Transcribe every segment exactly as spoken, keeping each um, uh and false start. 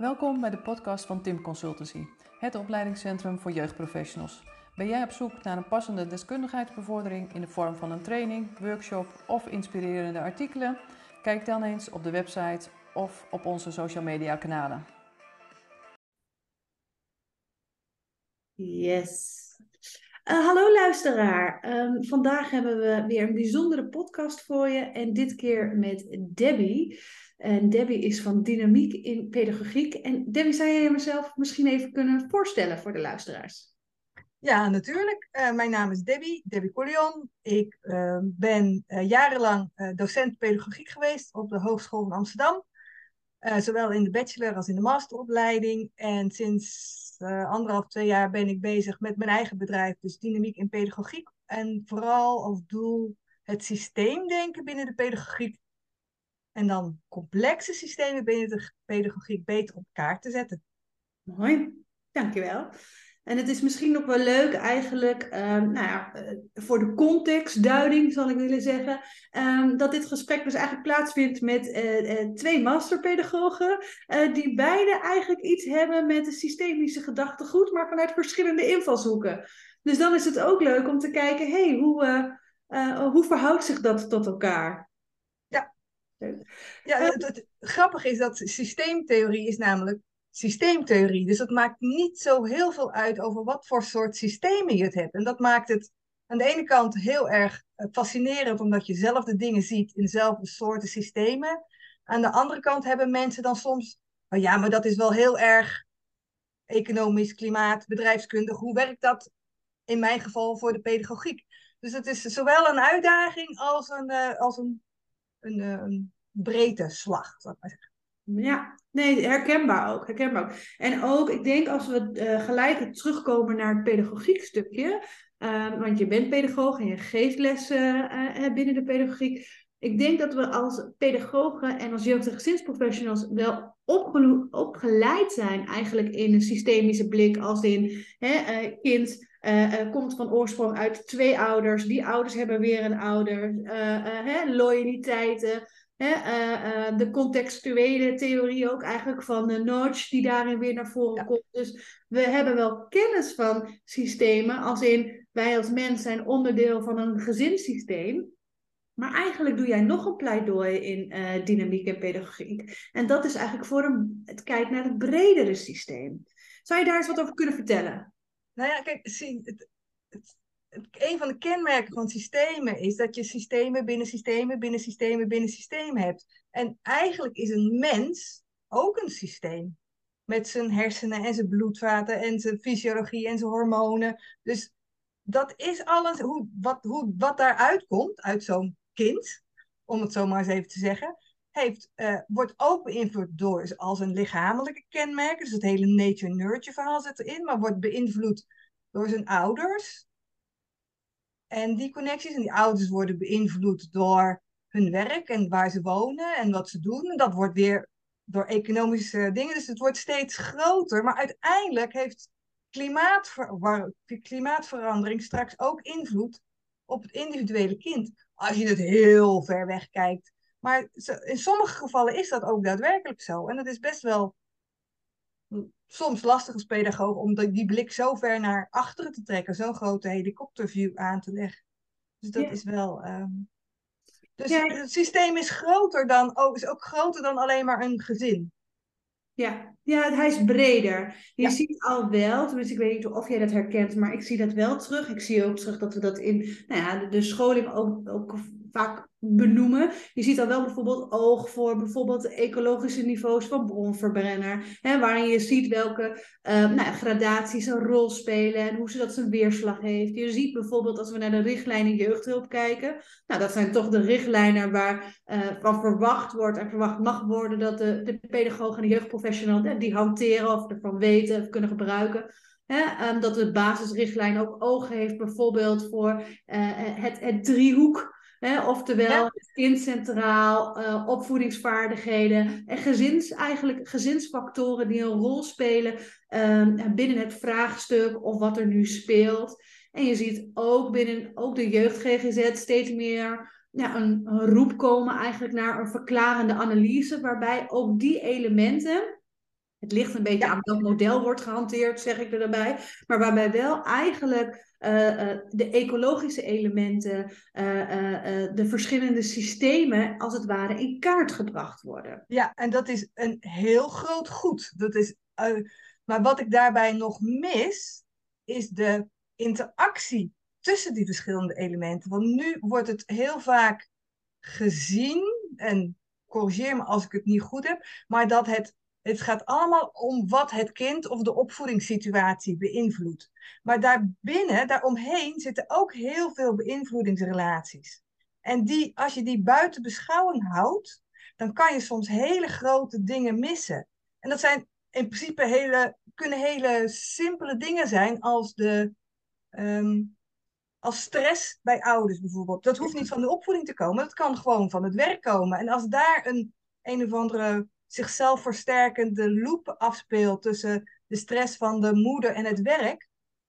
Welkom bij de podcast van Tim Consultancy, het opleidingscentrum voor jeugdprofessionals. Ben jij op zoek naar een passende deskundigheidsbevordering in de vorm van een training, workshop of inspirerende artikelen? Kijk dan eens op de website of op onze social media kanalen. Yes. Uh, hallo luisteraar. Um, vandaag hebben we weer een bijzondere podcast voor je en dit keer met Debbie. En Debbie is van Dynamiek in Pedagogiek. En Debbie, zou jij jezelf misschien even kunnen voorstellen voor de luisteraars? Ja, natuurlijk. Uh, mijn naam is Debbie, Debbie Collion. Ik uh, ben uh, jarenlang uh, docent pedagogiek geweest op de Hogeschool van Amsterdam. Uh, zowel in de bachelor als in de masteropleiding. En sinds uh, anderhalf, twee jaar ben ik bezig met mijn eigen bedrijf, dus Dynamiek in Pedagogiek. En vooral als doel het systeemdenken binnen de pedagogiek. En dan complexe systemen binnen de pedagogiek beter op kaart te zetten. Mooi, dankjewel. En het is misschien nog wel leuk eigenlijk, um, nou ja, uh, voor de contextduiding zal ik willen zeggen, um, dat dit gesprek dus eigenlijk plaatsvindt met uh, uh, twee masterpedagogen, uh, die beide eigenlijk iets hebben met de systemische gedachtegoed, maar vanuit verschillende invalshoeken. Dus dan is het ook leuk om te kijken, hé, hey, hoe, uh, uh, hoe verhoudt zich dat tot elkaar? Ja, ja het, het grappige is dat systeemtheorie is namelijk systeemtheorie. Dus dat maakt niet zo heel veel uit over wat voor soort systemen je het hebt. En dat maakt het aan de ene kant heel erg fascinerend, omdat je zelf de dingen ziet in dezelfde soorten systemen. Aan de andere kant hebben mensen dan soms, oh ja, maar dat is wel heel erg economisch, klimaat, bedrijfskundig. Hoe werkt dat in mijn geval voor de pedagogiek? Dus het is zowel een uitdaging als een, uh, als een, een, uh, een breedte slag, zou ik maar zeggen. Ja, nee, herkenbaar ook, herkenbaar ook. En ook, ik denk als we uh, gelijk terugkomen naar het pedagogiek stukje, uh, want je bent pedagoog en je geeft lessen uh, binnen de pedagogiek. Ik denk dat we als pedagogen en als jeugd- en gezinsprofessionals wel opge- opgeleid zijn eigenlijk in een systemische blik, als in hè, uh, kind uh, uh, komt van oorsprong uit twee ouders, die ouders hebben weer een ouder, uh, uh, hè, loyaliteiten. He, uh, uh, de contextuele theorie ook eigenlijk van de Notch die daarin weer naar voren Ja. komt. Dus we hebben wel kennis van systemen, als in wij als mens zijn onderdeel van een gezinssysteem. Maar eigenlijk doe jij nog een pleidooi in uh, dynamiek en pedagogiek. En dat is eigenlijk voor een, het kijken naar het bredere systeem. Zou je daar eens wat over kunnen vertellen? Nou ja, kijk, zie, het, het, het, een van de kenmerken van systemen is dat je systemen binnen systemen binnen systemen binnen systemen hebt. En eigenlijk is een mens ook een systeem. Met zijn hersenen en zijn bloedvaten en zijn fysiologie en zijn hormonen. Dus dat is alles, hoe, wat, hoe, wat daaruit komt, uit zo'n kind, om het zo maar eens even te zeggen, heeft, uh, wordt ook beïnvloed door als een lichamelijke kenmerken. Dus het hele nature-nurture verhaal zit erin, maar wordt beïnvloed door zijn ouders. En die connecties en die ouders worden beïnvloed door hun werk en waar ze wonen en wat ze doen. En dat wordt weer door economische dingen. Dus het wordt steeds groter. Maar uiteindelijk heeft klimaatver- klimaatverandering straks ook invloed op het individuele kind. Als je het heel ver weg kijkt. Maar in sommige gevallen is dat ook daadwerkelijk zo. En dat is best wel soms lastig als pedagoog om die blik zo ver naar achteren te trekken. Zo'n grote helikopterview aan te leggen. Dus dat Ja. is wel... Um... Dus Ja. het systeem is groter dan, ook, is ook groter dan alleen maar een gezin. Ja, ja, hij is breder. Je Ja. ziet al wel, tenminste ik weet niet of jij dat herkent, maar ik zie dat wel terug. Ik zie ook terug dat we dat in nou ja, de, de scholing ook, ook vaak benoemen. Je ziet al wel bijvoorbeeld oog voor bijvoorbeeld de ecologische niveaus van bronverbrenner. Hè, waarin je ziet welke uh, nou ja, gradaties een rol spelen en hoe ze dat zijn weerslag heeft. Je ziet bijvoorbeeld als we naar de richtlijnen jeugdhulp kijken. Nou, dat zijn toch de richtlijnen waar uh, van verwacht wordt en verwacht mag worden dat de, de pedagoog en de jeugdprofessional hè, die hanteren of ervan weten of kunnen gebruiken. Hè, um, dat de basisrichtlijn ook oog heeft bijvoorbeeld voor uh, het, het driehoek. Hè, oftewel Ja. het kind centraal, uh, opvoedingsvaardigheden en gezins, eigenlijk gezinsfactoren die een rol spelen um, binnen het vraagstuk of wat er nu speelt. En je ziet ook binnen ook de jeugd-G G Z steeds meer ja, een, een roep komen eigenlijk naar een verklarende analyse, waarbij ook die elementen Het ligt een beetje Ja, aan welk model wordt gehanteerd, zeg ik er daarbij. Maar waarbij wel eigenlijk uh, uh, de ecologische elementen, uh, uh, uh, de verschillende systemen, als het ware, in kaart gebracht worden. ja, en dat is een heel groot goed. Dat is, uh, maar wat ik daarbij nog mis, is de interactie tussen die verschillende elementen. Want nu wordt het heel vaak gezien, en corrigeer me als ik het niet goed heb, maar dat het, het gaat allemaal om wat het kind of de opvoedingssituatie beïnvloedt. Maar daarbinnen, daaromheen, zitten ook heel veel beïnvloedingsrelaties. En die, als je die buiten beschouwing houdt, dan kan je soms hele grote dingen missen. En dat zijn in principe hele, kunnen hele simpele dingen zijn als de... Um, als stress bij ouders bijvoorbeeld. Dat hoeft niet van de opvoeding te komen, dat kan gewoon van het werk komen. En als daar een een of andere zichzelf versterkende loop afspeelt tussen de stress van de moeder en het werk,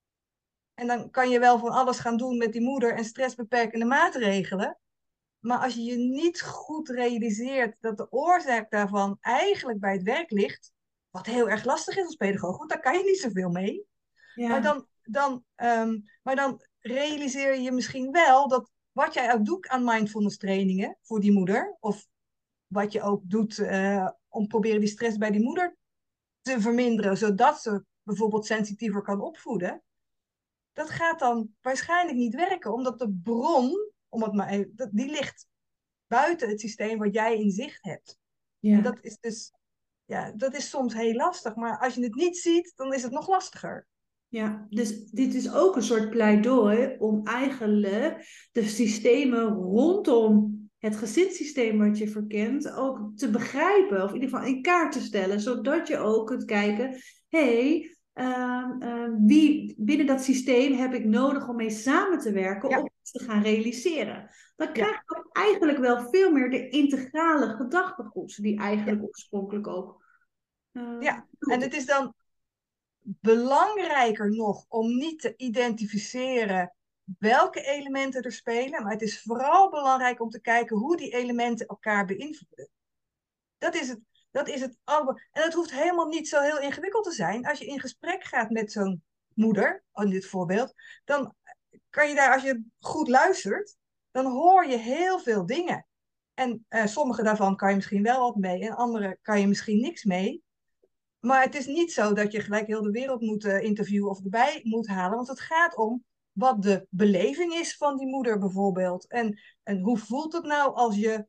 en dan kan je wel van alles gaan doen met die moeder en stressbeperkende maatregelen, maar als je je niet goed realiseert dat de oorzaak daarvan eigenlijk bij het werk ligt, wat heel erg lastig is als pedagoog, want daar kan je niet zoveel mee. Ja. Maar dan, dan, um, maar dan realiseer je misschien wel dat wat jij ook doet aan mindfulness trainingen voor die moeder, of wat je ook doet uh, om proberen die stress bij die moeder te verminderen, zodat ze bijvoorbeeld sensitiever kan opvoeden, dat gaat dan waarschijnlijk niet werken, omdat de bron, om het maar even, die ligt buiten het systeem wat jij in zicht hebt. Ja. En dat is dus, ja, dat is soms heel lastig, maar als je het niet ziet, dan is het nog lastiger. Ja, dus dit is ook een soort pleidooi om eigenlijk de systemen rondom het gezinssysteem wat je verkent ook te begrijpen, of in ieder geval in kaart te stellen, zodat je ook kunt kijken, hé, hey, uh, uh, wie binnen dat systeem heb ik nodig om mee samen te werken, ja, om iets te gaan realiseren. Dan krijg je ja. ook eigenlijk wel veel meer de integrale gedachtegoed, die eigenlijk ja. oorspronkelijk ook... Uh, ja, en het is dan belangrijker nog om niet te identificeren welke elementen er spelen, maar het is vooral belangrijk om te kijken hoe die elementen elkaar beïnvloeden. Dat is het, dat is het allemaal. En dat hoeft helemaal niet zo heel ingewikkeld te zijn. Als je in gesprek gaat met zo'n moeder, in dit voorbeeld, dan kan je daar, als je goed luistert, dan hoor je heel veel dingen. En uh, sommige daarvan kan je misschien wel wat mee en andere kan je misschien niks mee. Maar het is niet zo dat je gelijk heel de wereld moet uh, interviewen of erbij moet halen. Want het gaat om wat de beleving is van die moeder bijvoorbeeld. En, en hoe voelt het nou als je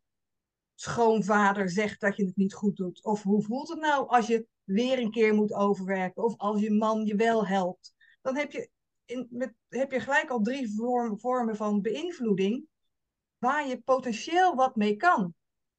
schoonvader zegt dat je het niet goed doet? Of hoe voelt het nou als je weer een keer moet overwerken? Of als je man je wel helpt? Dan heb je, in, met, heb je gelijk al drie vorm, vormen van beïnvloeding waar je potentieel wat mee kan.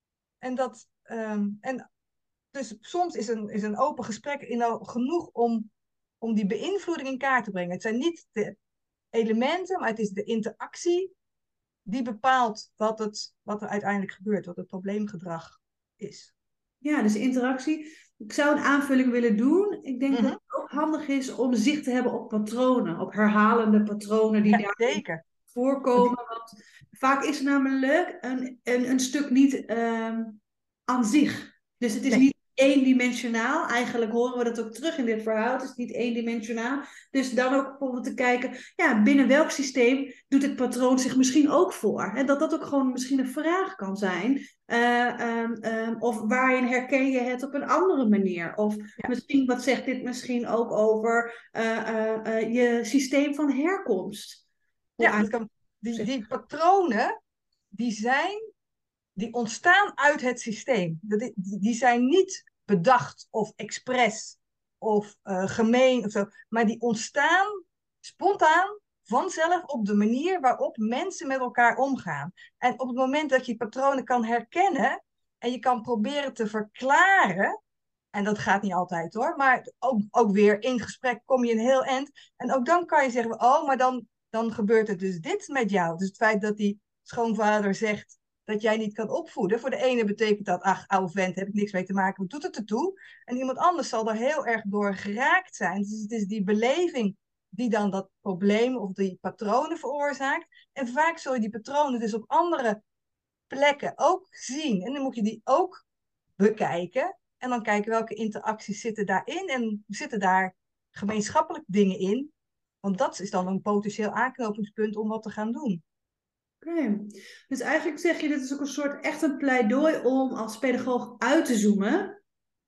En dat... Um, en Dus soms is een, is een open gesprek in genoeg om, om die beïnvloeding in kaart te brengen. Het zijn niet de elementen, maar het is de interactie die bepaalt wat, het, wat er uiteindelijk gebeurt, wat het probleemgedrag is. Ja, dus interactie. Ik zou een aanvulling willen doen. Ik denk mm-hmm. dat het ook handig is om zicht te hebben op patronen, op herhalende patronen die ja, daar voorkomen. Want vaak is het namelijk een, een, een stuk niet um, aan zich. Dus het is nee. niet eendimensionaal. Eigenlijk horen we dat ook terug in dit verhaal. Het is niet eendimensionaal. Dus dan ook bijvoorbeeld te kijken, ja, binnen welk systeem doet het patroon zich misschien ook voor? En dat dat ook gewoon misschien een vraag kan zijn. Uh, um, um, of waarin herken je het op een andere manier? Of ja. misschien, wat zegt dit misschien ook over uh, uh, uh, je systeem van herkomst? Hoe ja, dat kan, die, die patronen, die zijn... die ontstaan uit het systeem. Die, die zijn niet bedacht of expres of uh, gemeen of zo, maar die ontstaan spontaan vanzelf op de manier waarop mensen met elkaar omgaan. En op het moment dat je patronen kan herkennen en je kan proberen te verklaren, en dat gaat niet altijd hoor, maar ook, ook weer in gesprek kom je een heel eind. En ook dan kan je zeggen, oh, maar dan, dan gebeurt er dus dit met jou. Dus het feit dat die schoonvader zegt dat jij niet kan opvoeden. Voor de ene betekent dat, ach, oude vent, heb ik niks mee te maken, wat doet het ertoe? En iemand anders zal er heel erg door geraakt zijn. Dus het is die beleving die dan dat probleem of die patronen veroorzaakt. En vaak zul je die patronen dus op andere plekken ook zien. En dan moet je die ook bekijken. En dan kijken welke interacties zitten daarin. En zitten daar gemeenschappelijk dingen in. Want dat is dan een potentieel aanknopingspunt om wat te gaan doen. Oké. Okay. Dus eigenlijk zeg je, dit is ook een soort echt een pleidooi om als pedagoog uit te zoomen.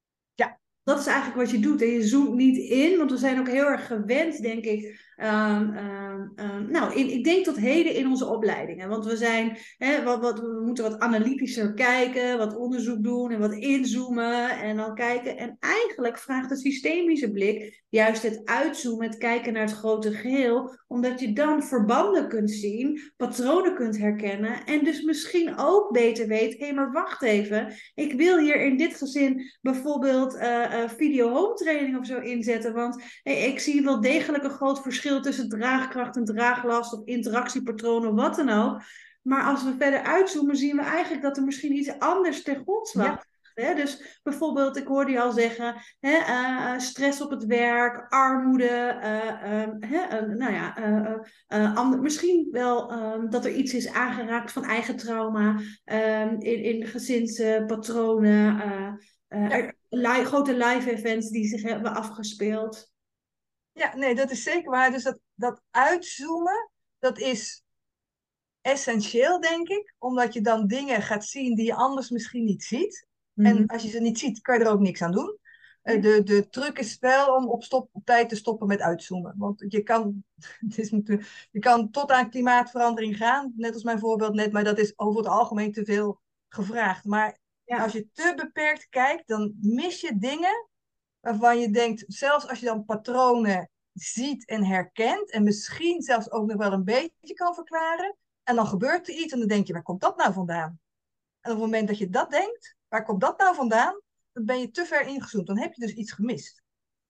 Ja. Dat is eigenlijk wat je doet. En je zoomt niet in, want we zijn ook heel erg gewend, denk ik. Um, um, um, nou, in, ik denk tot heden in onze opleidingen. Want we zijn, hè, wat, wat, we moeten wat analytischer kijken, wat onderzoek doen en wat inzoomen en dan kijken. En eigenlijk vraagt de systemische blik juist het uitzoomen, het kijken naar het grote geheel, omdat je dan verbanden kunt zien, patronen kunt herkennen en dus misschien ook beter weet, hé, hey, maar wacht even, ik wil hier in dit gezin bijvoorbeeld uh, uh, video home training of zo inzetten, want hey, ik zie wel degelijk een groot verschil tussen draagkracht en draaglast of interactiepatronen of wat dan ook. Maar als we verder uitzoomen, zien we eigenlijk dat er misschien iets anders ten grondslag ligt. Ja. Dus bijvoorbeeld, ik hoorde je al zeggen, hè, uh, stress op het werk, armoede, uh, um, hè, uh, nou ja, uh, uh, ander, misschien wel um, dat er iets is aangeraakt van eigen trauma um, in, in gezinspatronen, uh, uh, ja. li- grote live events die zich hebben afgespeeld. Ja, nee, dat is zeker waar. Dus dat, dat uitzoomen, dat is essentieel, denk ik. Omdat je dan dingen gaat zien die je anders misschien niet ziet. Mm-hmm. En als je ze niet ziet, kan je er ook niks aan doen. Uh, de, de truc is wel om op, stop, op tijd te stoppen met uitzoomen. Want je kan, het is, je kan tot aan klimaatverandering gaan. Net als mijn voorbeeld net. Maar dat is over het algemeen te veel gevraagd. Maar ja. Als je te beperkt kijkt, dan mis je dingen waarvan je denkt, zelfs als je dan patronen ziet en herkent en misschien zelfs ook nog wel een beetje kan verklaren, en dan gebeurt er iets en dan denk je, waar komt dat nou vandaan? En op het moment dat je dat denkt, waar komt dat nou vandaan? Dan ben je te ver ingezoomd, dan heb je dus iets gemist.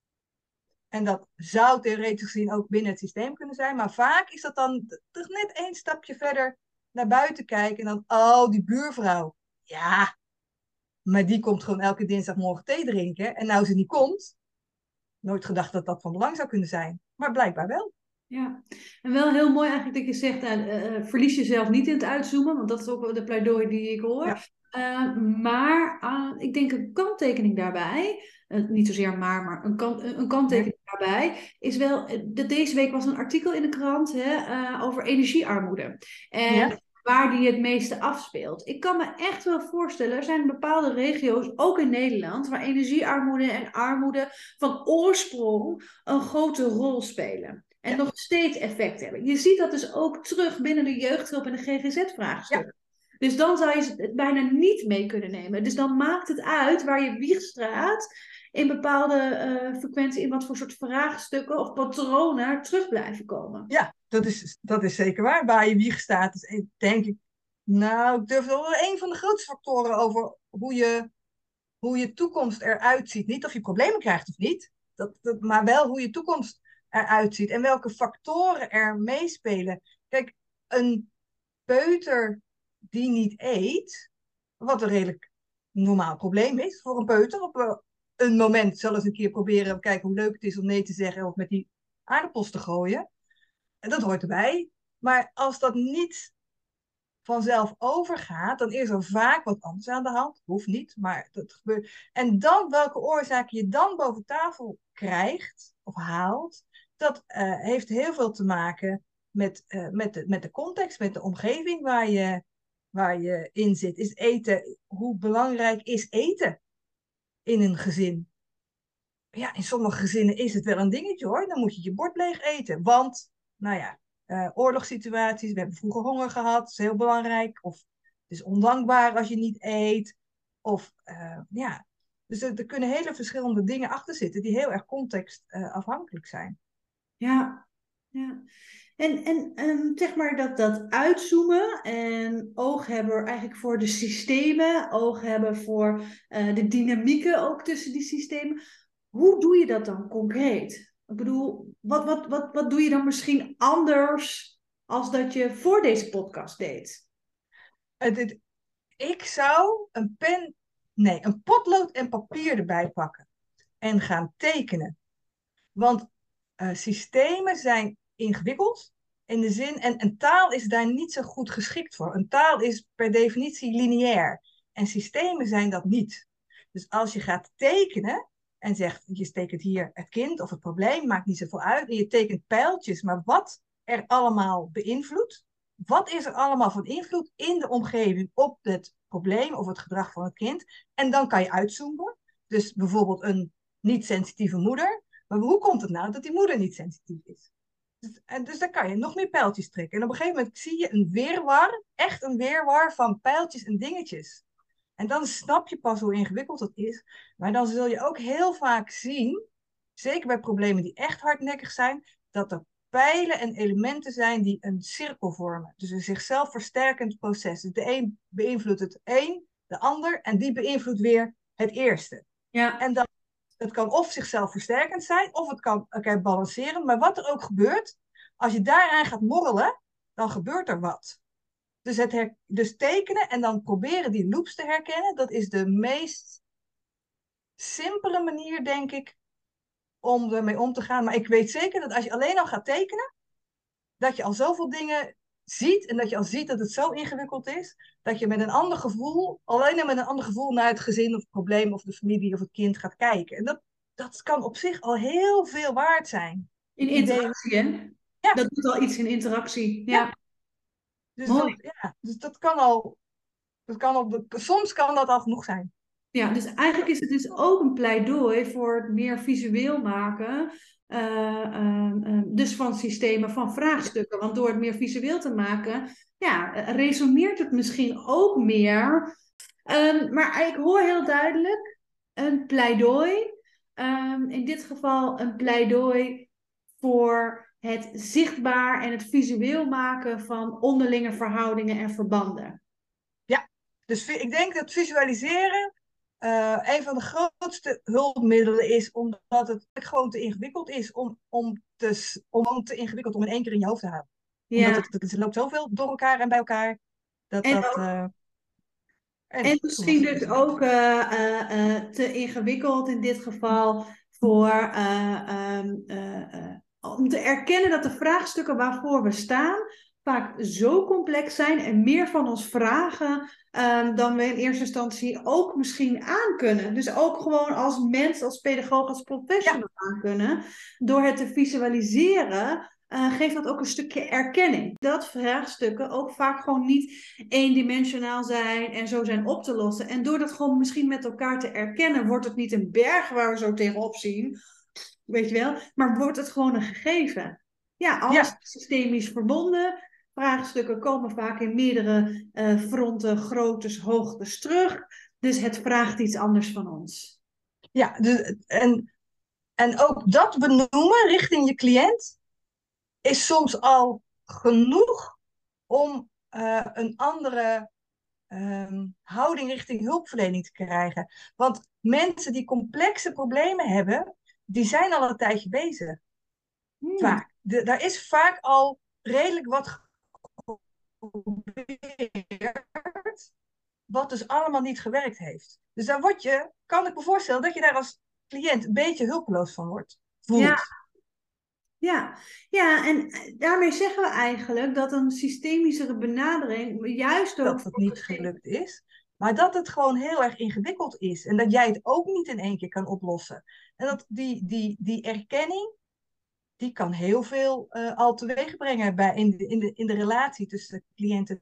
En dat zou theoretisch gezien ook binnen het systeem kunnen zijn, maar vaak is dat dan toch net één stapje verder naar buiten kijken en dan, oh, die buurvrouw. Ja, maar die komt gewoon elke dinsdagmorgen thee drinken. En nou ze niet komt, nooit gedacht dat dat van belang zou kunnen zijn. Maar blijkbaar wel. Ja, en wel heel mooi eigenlijk dat je zegt, uh, uh, verlies jezelf niet in het uitzoomen. Want dat is ook de pleidooi die ik hoor. Ja. Uh, maar uh, ik denk een kanttekening daarbij, uh, niet zozeer maar, maar een, kant, een kanttekening ja. daarbij, is wel, de, deze week was een artikel in de krant hè, uh, over energiearmoede. En ja. waar die het meeste afspeelt. Ik kan me echt wel voorstellen, er zijn bepaalde regio's, ook in Nederland, waar energiearmoede en armoede van oorsprong een grote rol spelen. En ja. nog steeds effect hebben. Je ziet dat dus ook terug binnen de jeugdhulp en de G G Z-vraagstukken. Ja. Dus dan zou je het bijna niet mee kunnen nemen. Dus dan maakt het uit waar je wieg staat in bepaalde uh, frequentie, in wat voor soort vraagstukken of patronen terug blijven komen. Ja, dat is, dat is zeker waar. Waar je wieg staat is denk ik, nou, ik durf wel een van de grootste factoren over hoe je, hoe je toekomst eruit ziet. Niet of je problemen krijgt of niet, dat, dat, maar wel hoe je toekomst eruit ziet en welke factoren er meespelen. Kijk, een peuter die niet eet, wat een redelijk normaal probleem is voor een peuter, op een moment zelfs een keer proberen kijken hoe leuk het is om nee te zeggen of met die aardappels te gooien. En dat hoort erbij. Maar als dat niet vanzelf overgaat, dan is er vaak wat anders aan de hand. Hoeft niet, maar dat gebeurt. En dan welke oorzaken je dan boven tafel krijgt of haalt, dat uh, heeft heel veel te maken met, uh, met, de, met de context, met de omgeving waar je, waar je in zit. Is eten, hoe belangrijk is eten in een gezin? Ja, in sommige gezinnen is het wel een dingetje hoor. Dan moet je je bord leeg eten. Want, nou ja, uh, oorlogssituaties, we hebben vroeger honger gehad, dat is heel belangrijk. Of het is ondankbaar als je niet eet. Of, uh, ja. Dus er, er kunnen hele verschillende dingen achter zitten die heel erg contextafhankelijk uh, zijn. Ja, ja. En, en um, zeg maar dat, dat uitzoomen en oog hebben eigenlijk voor de systemen, oog hebben voor uh, de dynamieken ook tussen die systemen. Hoe doe je dat dan concreet? Ik bedoel, wat, wat, wat, wat doe je dan misschien anders als dat je voor deze podcast deed? Het, het, ik zou een pen, nee, een potlood en papier erbij pakken en gaan tekenen. Want uh, systemen zijn ingewikkeld in de zin, en een taal is daar niet zo goed geschikt voor. Een taal is per definitie lineair en systemen zijn dat niet. Dus als je gaat tekenen en zegt, je tekent hier het kind of het probleem, maakt niet zoveel uit. En je tekent pijltjes, maar wat er allemaal beïnvloedt, wat is er allemaal van invloed in de omgeving op het probleem of het gedrag van het kind. En dan kan je uitzoomen. Dus bijvoorbeeld een niet-sensitieve moeder. Maar hoe komt het nou dat die moeder niet sensitief is? Dus, en dus dan kan je nog meer pijltjes trekken. En op een gegeven moment zie je een weerwar, echt een weerwar van pijltjes en dingetjes. En dan snap je pas hoe ingewikkeld dat is. Maar dan zul je ook heel vaak zien, zeker bij problemen die echt hardnekkig zijn, dat er pijlen en elementen zijn die een cirkel vormen. Dus een zichzelf versterkend proces. Dus de een beïnvloedt het een, de ander, en die beïnvloedt weer het eerste. Ja. En dan, het kan of zichzelf versterkend zijn, of het kan elkaar balanceren. Maar wat er ook gebeurt, als je daaraan gaat morrelen, dan gebeurt er wat. Dus, het her, dus tekenen en dan proberen die loops te herkennen, dat is de meest simpele manier, denk ik, om ermee om te gaan. Maar ik weet zeker dat als je alleen al gaat tekenen, dat je al zoveel dingen ziet en dat je al ziet dat het zo ingewikkeld is, dat je met een ander gevoel, alleen met een ander gevoel naar het gezin of het probleem of de familie of het kind gaat kijken. En dat, dat kan op zich al heel veel waard zijn. In interactie, hè? Ja. Dat doet al iets in interactie. Ja. Ja. Dus, Mooi. dat, ja, dus dat kan al, dat kan al, soms kan dat al genoeg zijn. Ja, dus eigenlijk is het dus ook een pleidooi voor het meer visueel maken. Uh, uh, uh, dus van systemen, van vraagstukken. Want door het meer visueel te maken, ja, resoneert het misschien ook meer. Um, maar ik hoor heel duidelijk een pleidooi. Um, in dit geval een pleidooi voor het zichtbaar en het visueel maken van onderlinge verhoudingen en verbanden. Ja, dus ik denk dat visualiseren uh, een van de grootste hulpmiddelen is, omdat het gewoon te ingewikkeld is om, om, te, om te ingewikkeld om in één keer in je hoofd te houden. Ja. Omdat het, het loopt zoveel door elkaar en bij elkaar. Dat, en dat, ook, uh, en, en misschien dus ook uh, uh, uh, te ingewikkeld in dit geval voor uh, um, uh, uh, om te erkennen dat de vraagstukken waarvoor we staan vaak zo complex zijn en meer van ons vragen um, dan we in eerste instantie ook misschien aankunnen. Dus ook gewoon als mens, als pedagoog, als professional ja. aankunnen. Door het te visualiseren uh, geeft dat ook een stukje erkenning. Dat vraagstukken ook vaak gewoon niet eendimensionaal zijn en zo zijn op te lossen. En door dat gewoon misschien met elkaar te erkennen, wordt het niet een berg waar we zo tegenop zien, weet je wel, maar wordt het gewoon een gegeven. Ja, alles ja. systemisch verbonden. Vraagstukken komen vaak in meerdere uh, fronten, groottes, hoogtes terug. Dus het vraagt iets anders van ons. Ja, dus, en, en ook dat benoemen richting je cliënt is soms al genoeg om uh, een andere um, houding richting hulpverlening te krijgen. Want mensen die complexe problemen hebben, die zijn al een tijdje bezig. Hmm. Vaak. De, daar is vaak al redelijk wat gebeurd, wat dus allemaal niet gewerkt heeft. Dus daar word je, kan ik me voorstellen, dat je daar als cliënt een beetje hulpeloos van wordt. Voelt. Ja. Ja. ja, en daarmee zeggen we eigenlijk dat een systemischere benadering juist ook... Dat het niet gelukt is, maar dat het gewoon heel erg ingewikkeld is. En dat jij het ook niet in één keer kan oplossen. En dat die, die, die erkenning, die kan heel veel uh, al teweeg brengen bij, in, de, in, de, in de relatie tussen de cliënten.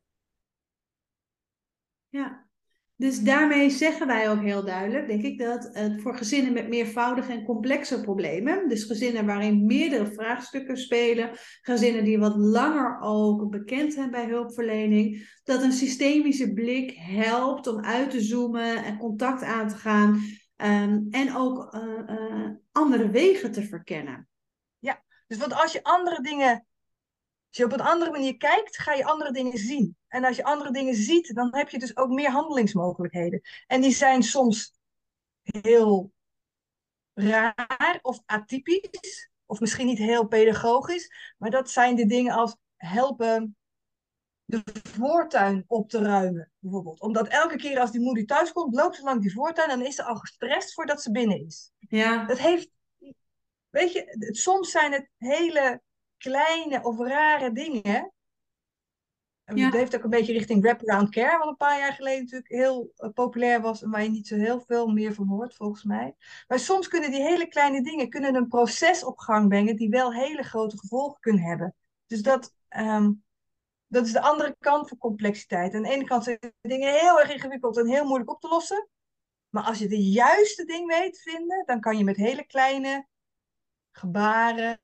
Ja, dus daarmee zeggen wij ook heel duidelijk, denk ik, dat uh, voor gezinnen met meervoudige en complexe problemen, dus gezinnen waarin meerdere vraagstukken spelen, gezinnen die wat langer ook bekend zijn bij hulpverlening, dat een systemische blik helpt om uit te zoomen en contact aan te gaan um, en ook uh, uh, andere wegen te verkennen. Ja, dus want als je andere dingen, als je op een andere manier kijkt, ga je andere dingen zien. En als je andere dingen ziet, dan heb je dus ook meer handelingsmogelijkheden. En die zijn soms heel raar of atypisch, of misschien niet heel pedagogisch, maar dat zijn de dingen als helpen de voortuin op te ruimen, bijvoorbeeld. Omdat elke keer als die moeder thuis komt, loopt ze langs die voortuin en dan is ze al gestrest voordat ze binnen is. Ja. Dat heeft, weet je, soms zijn het hele kleine of rare dingen Ja. Het heeft ook een beetje richting wraparound care, wat een paar jaar geleden natuurlijk heel uh, populair was en waar je niet zo heel veel meer van hoort, volgens mij. Maar soms kunnen die hele kleine dingen kunnen een proces op gang brengen die wel hele grote gevolgen kunnen hebben. Dus dat, um, dat is de andere kant van complexiteit. Aan de ene kant zijn dingen heel erg ingewikkeld en heel moeilijk op te lossen. Maar als je de juiste ding weet vinden, dan kan je met hele kleine gebaren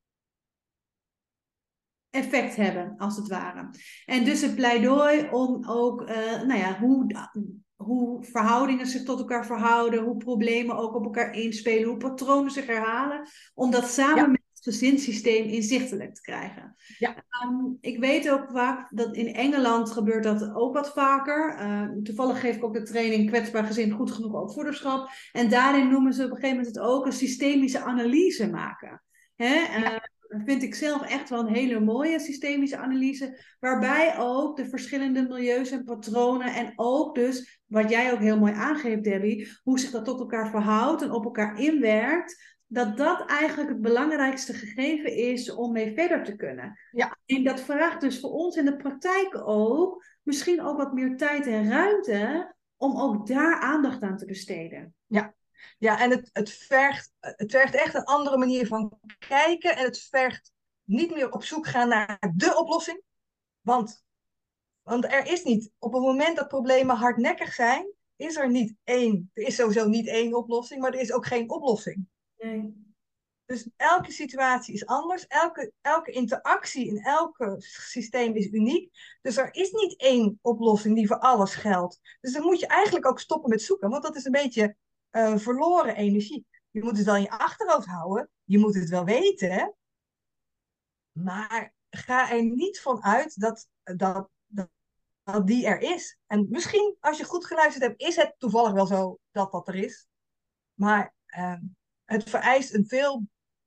effect hebben, als het ware. En dus een pleidooi om ook, uh, nou ja, hoe, hoe verhoudingen zich tot elkaar verhouden, hoe problemen ook op elkaar inspelen, hoe patronen zich herhalen, om dat samen ja. met het gezinssysteem inzichtelijk te krijgen. Ja. Um, ik weet ook vaak dat in Engeland gebeurt dat ook wat vaker. Uh, toevallig geef ik ook de training Kwetsbaar Gezin, Goed Genoeg Opvoederschap. En daarin noemen ze op een gegeven moment het ook een systemische analyse maken. Hè? Uh, ja. Dat vind ik zelf echt wel een hele mooie systemische analyse, waarbij ook de verschillende milieus en patronen en ook dus, wat jij ook heel mooi aangeeft, Debbie, hoe zich dat tot elkaar verhoudt en op elkaar inwerkt, dat dat eigenlijk het belangrijkste gegeven is om mee verder te kunnen. Ja. En dat vraagt dus voor ons in de praktijk ook misschien ook wat meer tijd en ruimte om ook daar aandacht aan te besteden. Ja. Ja, en het, het, vergt, het vergt echt een andere manier van kijken. En het vergt niet meer op zoek gaan naar de oplossing. Want, want er is niet, op het moment dat problemen hardnekkig zijn, is er niet één. Er is sowieso niet één oplossing, maar er is ook geen oplossing. Nee. Dus elke situatie is anders. Elke, elke interactie in elke systeem is uniek. Dus er is niet één oplossing die voor alles geldt. Dus dan moet je eigenlijk ook stoppen met zoeken. Want dat is een beetje uh, verloren energie. Je moet het wel in je achterhoofd houden. Je moet het wel weten. Maar ga er niet van uit dat, dat, dat, dat die er is. En misschien, als je goed geluisterd hebt, is het toevallig wel zo dat dat er is. Maar uh, het vereist een veel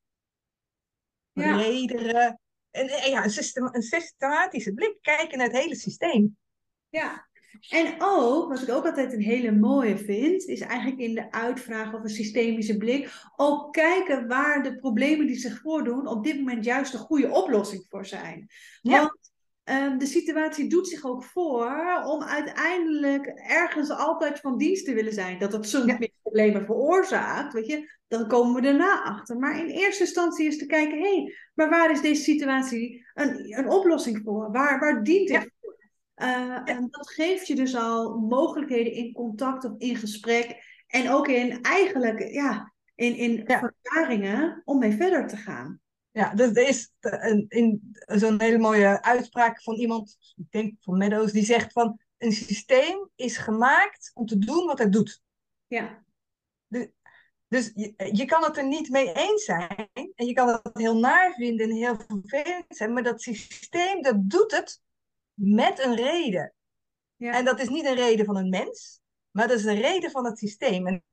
bredere, ja. en, en ja, een, systema een systematische blik, kijken naar het hele systeem. Ja, en ook, wat ik ook altijd een hele mooie vind, is eigenlijk in de uitvraag of een systemische blik, ook kijken waar de problemen die zich voordoen op dit moment juist de goede oplossing voor zijn. Ja. Want um, de situatie doet zich ook voor om uiteindelijk ergens altijd van dienst te willen zijn. Dat het soms ja. problemen veroorzaakt, weet je, dan komen we daarna achter. Maar in eerste instantie is te kijken, hé, hey, maar waar is deze situatie een, een oplossing voor? Waar, waar dient het? Ja. Uh, ja. En dat geeft je dus al mogelijkheden in contact of in gesprek. En ook in eigenlijk, ja, in, in ja. verklaringen om mee verder te gaan. Ja, dus er is een, in zo'n hele mooie uitspraak van iemand, ik denk van Meadows, die zegt van een systeem is gemaakt om te doen wat het doet. Ja. De, dus je, je kan het er niet mee eens zijn en je kan het heel naar vinden en heel vervelend zijn, maar dat systeem, dat doet het met een reden. Ja. En dat is niet een reden van een mens, maar dat is een reden van het systeem. En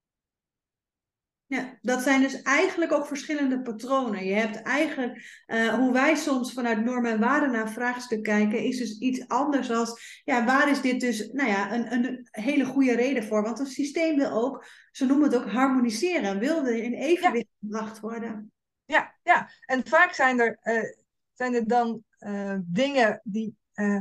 ja, dat zijn dus eigenlijk ook verschillende patronen. Je hebt eigenlijk, uh, hoe wij soms vanuit normen en waarden naar vraagstuk kijken, is dus iets anders als, ja, waar is dit dus, nou ja, een, een hele goede reden voor? Want een systeem wil ook, ze noemen het ook harmoniseren, wil er in evenwicht gebracht ja. worden. Ja, ja, en vaak zijn er, uh, zijn er dan uh, dingen die, uh,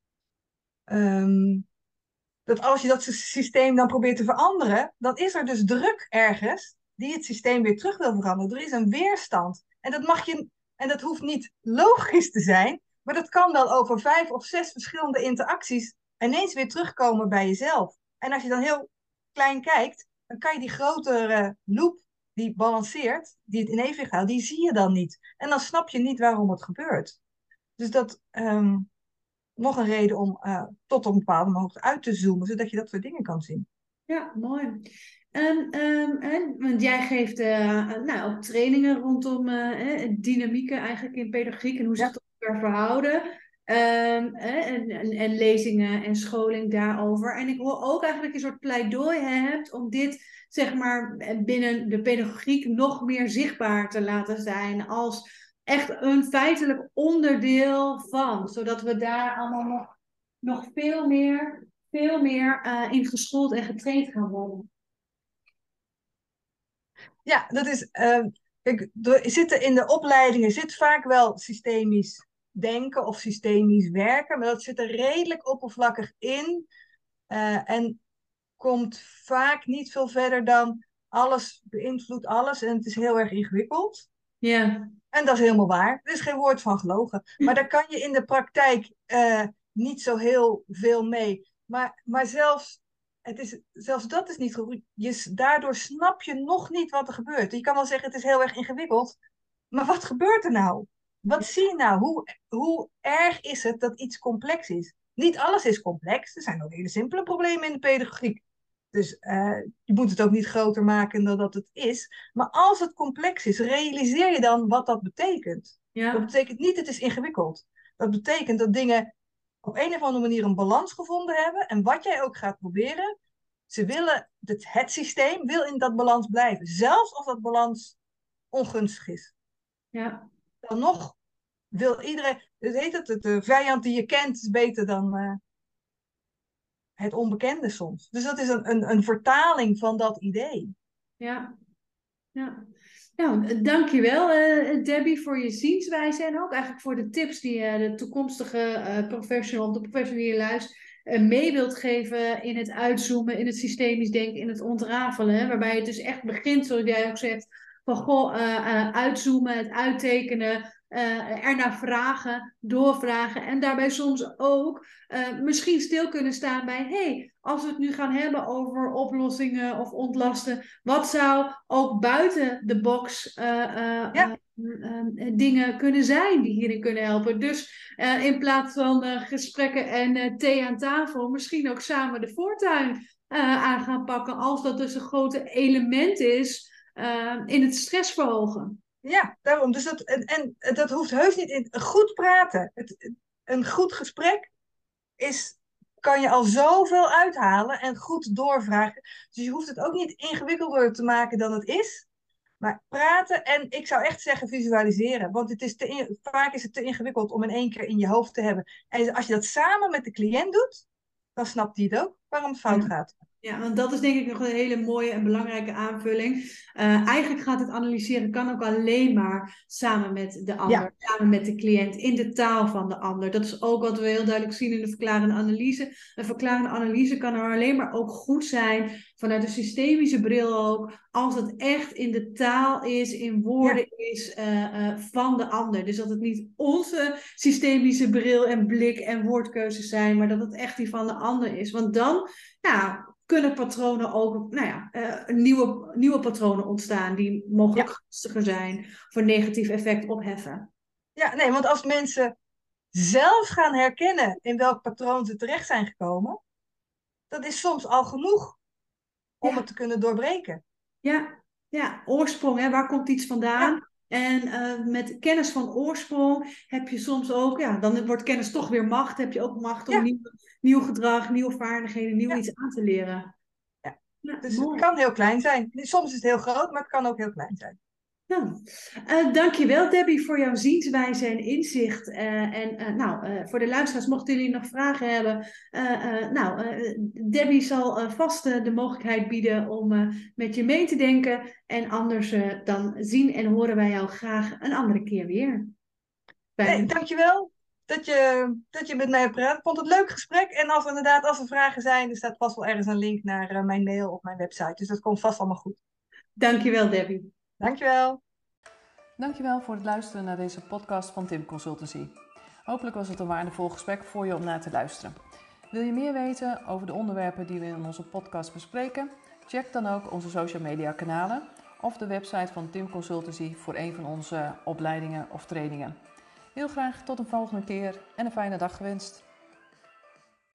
um, dat als je dat systeem dan probeert te veranderen, dan is er dus druk ergens die het systeem weer terug wil veranderen. Er is een weerstand. En dat mag je, en dat hoeft niet logisch te zijn, maar dat kan wel over vijf of zes verschillende interacties ineens weer terugkomen bij jezelf. En als je dan heel klein kijkt, dan kan je die grotere loop die balanceert, die het in evenwicht houdt, die zie je dan niet. En dan snap je niet waarom het gebeurt. Dus dat um, nog een reden om uh, tot op een bepaalde hoogte uit te zoomen, zodat je dat soort dingen kan zien. Ja, mooi. En, um, en, want jij geeft uh, nou, ook trainingen rondom uh, dynamieken eigenlijk in pedagogiek en hoe ze ja. tot elkaar verhouden. Um, en, en, en lezingen en scholing daarover. En ik hoor ook eigenlijk een soort pleidooi hebt om dit, zeg maar, binnen de pedagogiek nog meer zichtbaar te laten zijn als echt een feitelijk onderdeel van. Zodat we daar allemaal nog, nog veel meer, veel meer uh, in geschoold en getraind gaan worden. Ja, dat is. Uh, kijk, er zitten in de opleidingen zit vaak wel systemisch denken of systemisch werken, maar dat zit er redelijk oppervlakkig in uh, en komt vaak niet veel verder dan alles beïnvloedt alles en het is heel erg ingewikkeld. Ja. En dat is helemaal waar. Er is geen woord van gelogen. Maar daar kan je in de praktijk uh, niet zo heel veel mee. Maar, maar zelfs, het is, zelfs dat is niet goed. Je, daardoor snap je nog niet wat er gebeurt. Je kan wel zeggen, het is heel erg ingewikkeld. Maar wat gebeurt er nou? Wat zie je nou? Hoe, hoe erg is het dat iets complex is? Niet alles is complex. Er zijn ook hele simpele problemen in de pedagogiek. Dus uh, je moet het ook niet groter maken dan dat het is. Maar als het complex is, realiseer je dan wat dat betekent. Ja. Dat betekent niet, het is ingewikkeld. Dat betekent dat dingen op een of andere manier een balans gevonden hebben. En wat jij ook gaat proberen, ze willen, het, het systeem wil in dat balans blijven. Zelfs als dat balans ongunstig is. Ja. Dan nog wil iedereen, het heet het, de vijand die je kent is beter dan uh, het onbekende soms. Dus dat is een, een, een vertaling van dat idee. Ja, ja. Nou, dankjewel uh, Debbie voor je zienswijze en ook eigenlijk voor de tips die uh, de toekomstige uh, professional of de professional die je luistert uh, mee wilt geven in het uitzoomen, in het systemisch denken, in het ontrafelen. Hè, waarbij het dus echt begint, zoals jij ook zegt, van goh, uh, uh, uitzoomen, het uittekenen, uh, ernaar vragen, doorvragen en daarbij soms ook uh, misschien stil kunnen staan bij, hey, als we het nu gaan hebben over oplossingen of ontlasten, wat zou ook buiten de box uh, uh, Ja. uh, uh, dingen kunnen zijn die hierin kunnen helpen. Dus uh, in plaats van uh, gesprekken en uh, thee aan tafel, misschien ook samen de voortuin uh, aan gaan pakken, als dat dus een grote element is uh, in het stress verhogen. Ja, daarom. Dus dat, en, en dat hoeft heus niet in. Goed praten. Het, een goed gesprek is, kan je al zoveel uithalen en goed doorvragen. Dus je hoeft het ook niet ingewikkelder te maken dan het is. Maar praten en ik zou echt zeggen visualiseren. Want het is te, vaak is het te ingewikkeld om in één keer in je hoofd te hebben. En als je dat samen met de cliënt doet, dan snapt hij het ook waarom het fout Ja. gaat. Ja, want dat is denk ik nog een hele mooie en belangrijke aanvulling. Uh, eigenlijk gaat het analyseren, kan ook alleen maar samen met de ander, ja. samen met de cliënt, in de taal van de ander. Dat is ook wat we heel duidelijk zien in de verklarende analyse. Een verklarende analyse kan er alleen maar ook goed zijn, vanuit een systemische bril ook, als het echt in de taal is, in woorden ja. is uh, uh, van de ander. Dus dat het niet onze systemische bril en blik en woordkeuzes zijn, maar dat het echt die van de ander is. Want dan, ja, kunnen patronen ook, nou ja, uh, nieuwe, nieuwe patronen ontstaan die mogelijk ja. gunstiger zijn voor negatief effect opheffen. Ja, nee, want als mensen zelf gaan herkennen in welk patroon ze terecht zijn gekomen, dat is soms al genoeg om ja. het te kunnen doorbreken. Ja, ja, oorsprong, hè, waar komt iets vandaan? Ja. En uh, met kennis van oorsprong heb je soms ook, ja, dan wordt kennis toch weer macht. Heb je ook macht om ja. nieuw, nieuw gedrag, nieuwe vaardigheden, nieuw ja. iets aan te leren. Ja. Ja, dus mooi. Het kan heel klein zijn. Soms is het heel groot, maar het kan ook heel klein zijn. Nou, uh, dankjewel Debbie voor jouw zienswijze en inzicht. Uh, en uh, nou, uh, voor de luisteraars, mochten jullie nog vragen hebben. Uh, uh, nou, uh, Debbie zal uh, vast uh, de mogelijkheid bieden om uh, met je mee te denken. En anders uh, dan zien en horen wij jou graag een andere keer weer. Nee, dankjewel dat je, dat je met mij hebt praat. Ik vond het een leuk gesprek. En als er inderdaad als er vragen zijn, er staat vast wel ergens een link naar uh, mijn mail of mijn website. Dus dat komt vast allemaal goed. Dankjewel Debbie. Dankjewel. Dankjewel voor het luisteren naar deze podcast van Tim Consultancy. Hopelijk was het een waardevol gesprek voor je om naar te luisteren. Wil je meer weten over de onderwerpen die we in onze podcast bespreken? Check dan ook onze social media kanalen of de website van Tim Consultancy voor een van onze opleidingen of trainingen. Heel graag tot een volgende keer en een fijne dag gewenst.